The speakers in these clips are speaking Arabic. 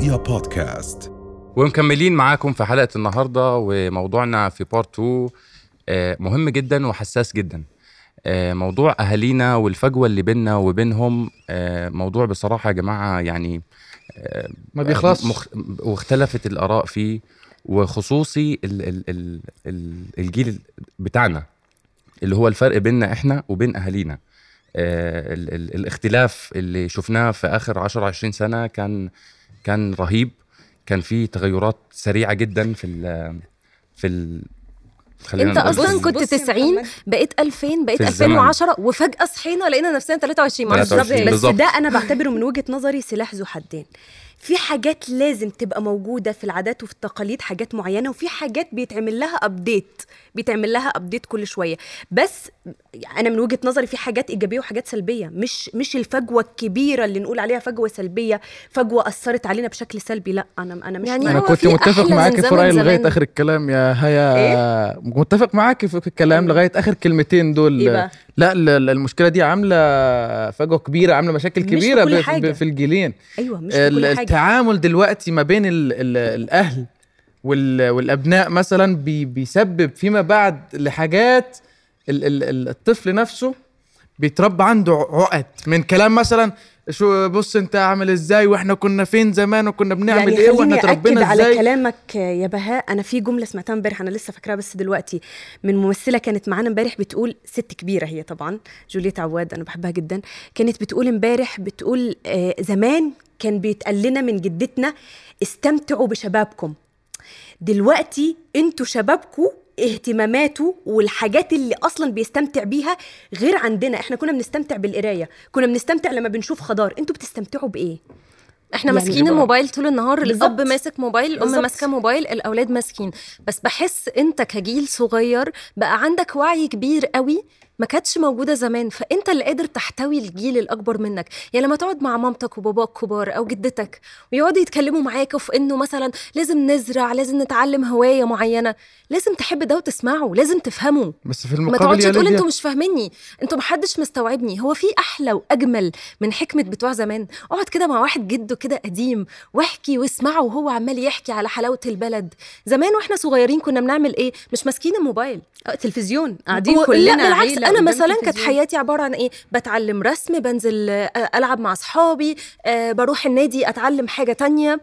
رؤيا بودكاست. ومكملين معاكم في حلقة النهاردة، وموضوعنا في بارت 2 مهم جدا وحساس جدا. موضوع أهالينا والفجوة اللي بيننا وبينهم. موضوع بصراحة يا جماعة يعني ما بيخلصش، واختلفت الآراء فيه، وخصوصي الجيل بتاعنا اللي هو الفرق بيننا إحنا وبين أهالينا. الاختلاف اللي شفناه في آخر 10-20 سنة كان رهيب. كان في تغيرات سريعة جدا في انت اصلا كنت 90 بقيت 2000 بقيت 2010 وفجأة صحينا لقينا نفسنا 23. بس ده انا بعتبره من وجهة نظري سلاح ذو حدين. في حاجات لازم تبقى موجودة في العادات وفي التقاليد، حاجات معينة، وفي حاجات بيتعمل لها ابديت كل شوية. بس انا من وجهة نظري في حاجات ايجابية وحاجات سلبية، مش الفجوة الكبيرة اللي نقول عليها فجوة سلبية، فجوة اثرت علينا بشكل سلبي. لا انا مش يعني انا كنت متفق معاك في رأيي لغاية اخر الكلام يا هيا. إيه؟ متفق معاك في الكلام لغاية اخر كلمتين دول. إيه لا المشكلة دي عاملة فجوة كبيرة، عاملة مشاكل كبيرة في الجيلين. ايوه مش في كل حاجة. التعامل دلوقتي ما بين الاهل والابناء مثلا بيسبب فيما بعد لحاجات الطفل نفسه بيتربى عنده عقد من كلام مثلا. شو بص انت عامل ازاي، واحنا كنا فين زمان وكنا بنعمل يعني ايه واحنا تربينا ازاي. على كلامك يا بهاء، انا في جمله سمعتها امبارح انا لسه فاكراها بس دلوقتي، من ممثله كانت معانا امبارح بتقول، ست كبيره هي طبعا، جوليت عواد، انا بحبها جدا. كانت بتقول امبارح، بتقول زمان كان بيتقال لنا من جدتنا استمتعوا بشبابكم. دلوقتي انتوا شبابكم اهتماماته والحاجات اللي اصلا بيستمتع بيها غير عندنا. احنا كنا بنستمتع بالقرايه، كنا بنستمتع لما بنشوف خضار. انتوا بتستمتعوا بايه؟ احنا ماسكين الموبايل طول النهار. بالزبط. الاب ماسك موبايل، الام ماسكه موبايل، الاولاد ماسكين. بس بحس انت كجيل صغير بقى عندك وعي كبير قوي ما كانتش موجودة زمان، فأنت اللي قادر تحتوي الجيل الأكبر منك. يعني لما تقعد مع مامتك وباباك كبار أو جدتك ويقعدوا يتكلموا معاك في إنه مثلا لازم نزرع، لازم نتعلم هواية معينة، لازم تحب ده وتسمعه، لازم تفهمه. بس في المقابل ما تقعدش تقول أنتوا مش فاهميني، أنتوا محدش مستوعبني. هو في أحلى وأجمل من حكمة بتوع زمان؟ اقعد كده مع واحد جده كده قديم واحكي واسمعه وهو عمال يحكي على حلاوة البلد زمان. وإحنا صغيرين كنا بنعمل إيه؟ مش ماسكين الموبايل، تلفزيون، قاعدين كلنا. لا بالعكس، أنا مثلا كانت حياتي عبارة عن إيه؟ بتعلم رسم، بنزل ألعب مع أصحابي، بروح النادي أتعلم حاجة تانية.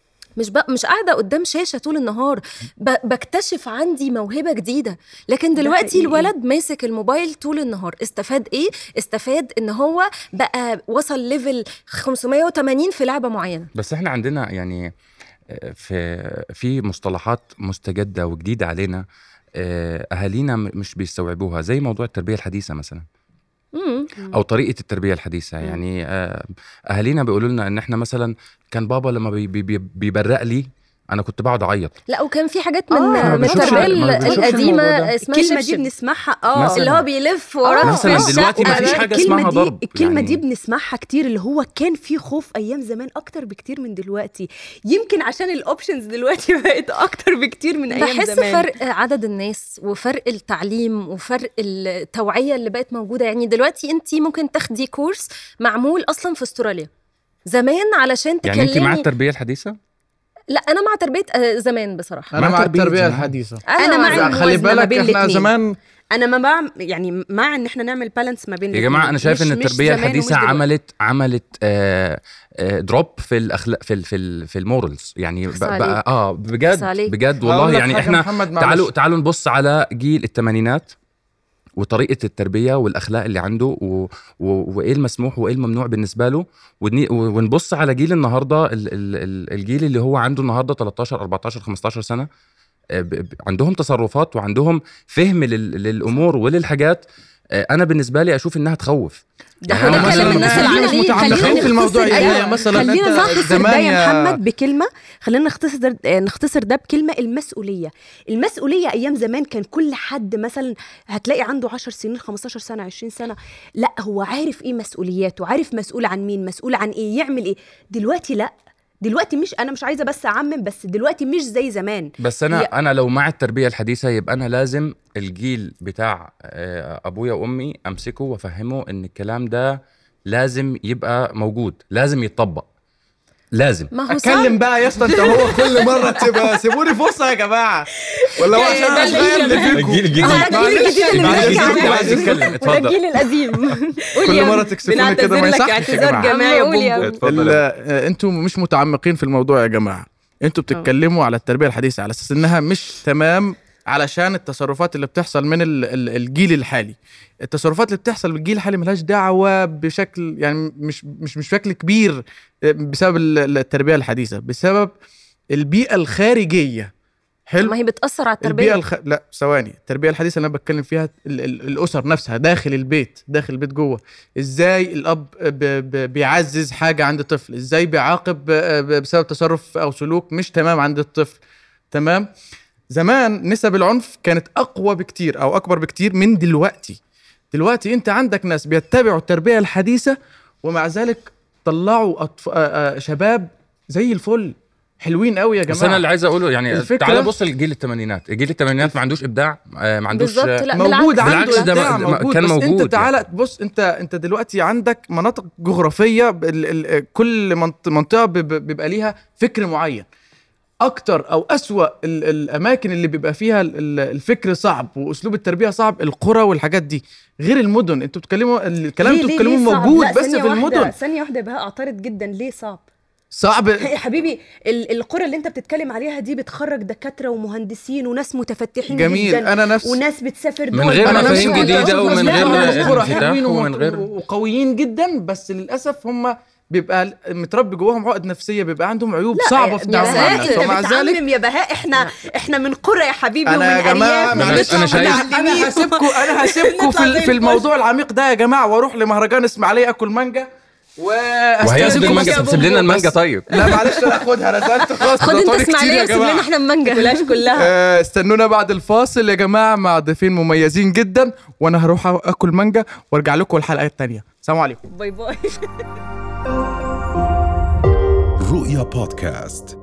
مش قاعدة قدام شاشة طول النهار، بكتشف عندي موهبة جديدة. لكن دلوقتي الولد ماسك الموبايل طول النهار. استفاد إيه؟ استفاد إن هو بقى وصل ليفل 580 في لعبة معينة. بس احنا عندنا يعني في مصطلحات مستجدة وجديدة علينا، أهالينا مش بيستوعبوها، زي موضوع التربية الحديثة مثلا، أو طريقة التربية الحديثة. يعني أهالينا بيقولوا لنا إن إحنا مثلا كان بابا لما بيبرق لي أنا كنت بقعد أعيط. لا، وكان في حاجات من التربية القديمة اسمها الكلمة دي بنسمعها اللي هو بيلف وراه مثلا. دلوقتي ما فيش حاجة اسمها ضرب. الكلمة دي بنسمعها كتير، اللي هو كان في خوف أيام زمان أكتر بكتير من دلوقتي، يمكن عشان الأوبشنز دلوقتي بقت أكتر بكتير من أيام زمان. بحس فرق عدد الناس وفرق التعليم وفرق التوعية اللي بقت موجودة. يعني دلوقتي أنت ممكن تاخدي كورس معمول أصلا في أستراليا. زمان علشان تكلمي، يعني أنت مع التربية الحديثة؟ لا، أنا مع تربية زمان بصراحة. أنا مع التربية الحديثة. أنا مع خلي بالك إحنا زمان، أنا مع إن إحنا نعمل بالانس ما بين يا جماعة. أنا شايف إن التربية الحديثة عملت دروب في الأخلاق في المورالز. يعني بقى بجد والله. يعني إحنا تعالوا نبص على جيل الثمانينات وطريقة التربية والأخلاق اللي عنده وإيه المسموح وإيه الممنوع بالنسبة له، ونبص على جيل النهاردة، الجيل اللي هو عنده النهاردة 13 14 15 سنة، عندهم تصرفات وعندهم فهم للأمور وللحاجات. أنا بالنسبة لي أشوف إنها تخوف. يعني خلينا في الموضوع. مثلا خلينا نختصر ده يا محمد بكلمة، خلينا نختصر ده بكلمة: المسؤولية أيام زمان كان كل حد مثلا هتلاقي عنده 10 سنين 15 سنة 20 سنة، لا هو عارف إيه مسؤولياته، عارف مسؤول عن مين، مسؤول عن إيه، يعمل إيه. دلوقتي لا، دلوقتي أنا مش عايزة بس أعمم، بس دلوقتي مش زي زمان. بس أنا لو مع التربية الحديثة يبقى أنا لازم الجيل بتاع أبويا وأمي أمسكه وأفهمه إن الكلام ده لازم يبقى موجود، لازم يتطبق. لازم اتكلم بقى يا اسطى انت. هو كل مره تبقى سيبوني فرصه يا جماعه ولا هو عشان انا صغير اللي فيكم الجيل الجديد اتفضل الجيل القديم كل مره تكسفوني كده ما يصحش اعتذار جماعي يا بوبو. انتم مش متعمقين في الموضوع يا جماعه. انتوا بتتكلموا على التربيه الحديثه على اساس انها مش تمام علشان التصرفات اللي بتحصل من الجيل الحالي. التصرفات اللي بتحصل بالجيل الحالي ملهاش دعوة بشكل يعني مش بشكل كبير بسبب التربية الحديثة، بسبب البيئة الخارجية. حلو. ما هي بتأثر على التربية. لا ثواني، التربية الحديثة اللي أنا بتكلم فيها الأسر نفسها داخل البيت جوه. إزاي الأب بيعزز حاجة عند الطفل، إزاي بيعاقب بسبب تصرف أو سلوك مش تمام عند الطفل. تمام. زمان نسب العنف كانت أقوى بكتير أو أكبر بكتير من دلوقتي أنت عندك ناس بيتبعوا التربية الحديثة ومع ذلك طلعوا شباب زي الفل حلوين قوي يا جماعة. بس أنا اللي عايز أقوله يعني تعال بص الجيل الثمانينات ما عندوش إبداع، ما عندوش موجود عنده إبداع كان موجود. انت تعال بص انت دلوقتي عندك مناطق جغرافية كل منطقة بيبقى ليها فكر معين. اكتر او اسوأ الاماكن اللي بيبقى فيها الفكر صعب واسلوب التربيه صعب القرى والحاجات دي غير المدن. انتوا بتتكلموا الكلام انتوا بتتكلموا موجود بس في المدن. ثانيه واحده بقى اعترض جدا. ليه صعب يا حبيبي؟ القرى اللي انت بتتكلم عليها دي بتخرج دكاتره ومهندسين وناس متفتحين جميل جدا. انا نفس وناس بتسافر من غير مفاهيم جديده ومن غير حلوين وقويين جدا، بس للاسف هم بيبقى متربي جواهم عقد نفسيه، بيبقى عندهم عيوب صعبه في التعامل. ومع ذلك يا بهاء احنا من قرى يا حبيبي ومن ارياف. انا هسيبكم في الموضوع العميق ده يا جماعه واروح لمهرجان اسماعيليه اكل مانجا وهياخد المانجا. سيب لنا المانجا طيب. لا معلش انا اخدها، انا زعلت خلاص. خد انت اسماعيليه وسيب لنا احنا المانجا بلاش كلها. استنونا بعد الفاصل يا جماعه مع ضيفين مميزين جدا، وانا هروح اكل مانجا وارجع لكم الحلقه الثانيه. السلام عليكم. باي باي. رؤيا بودكاست.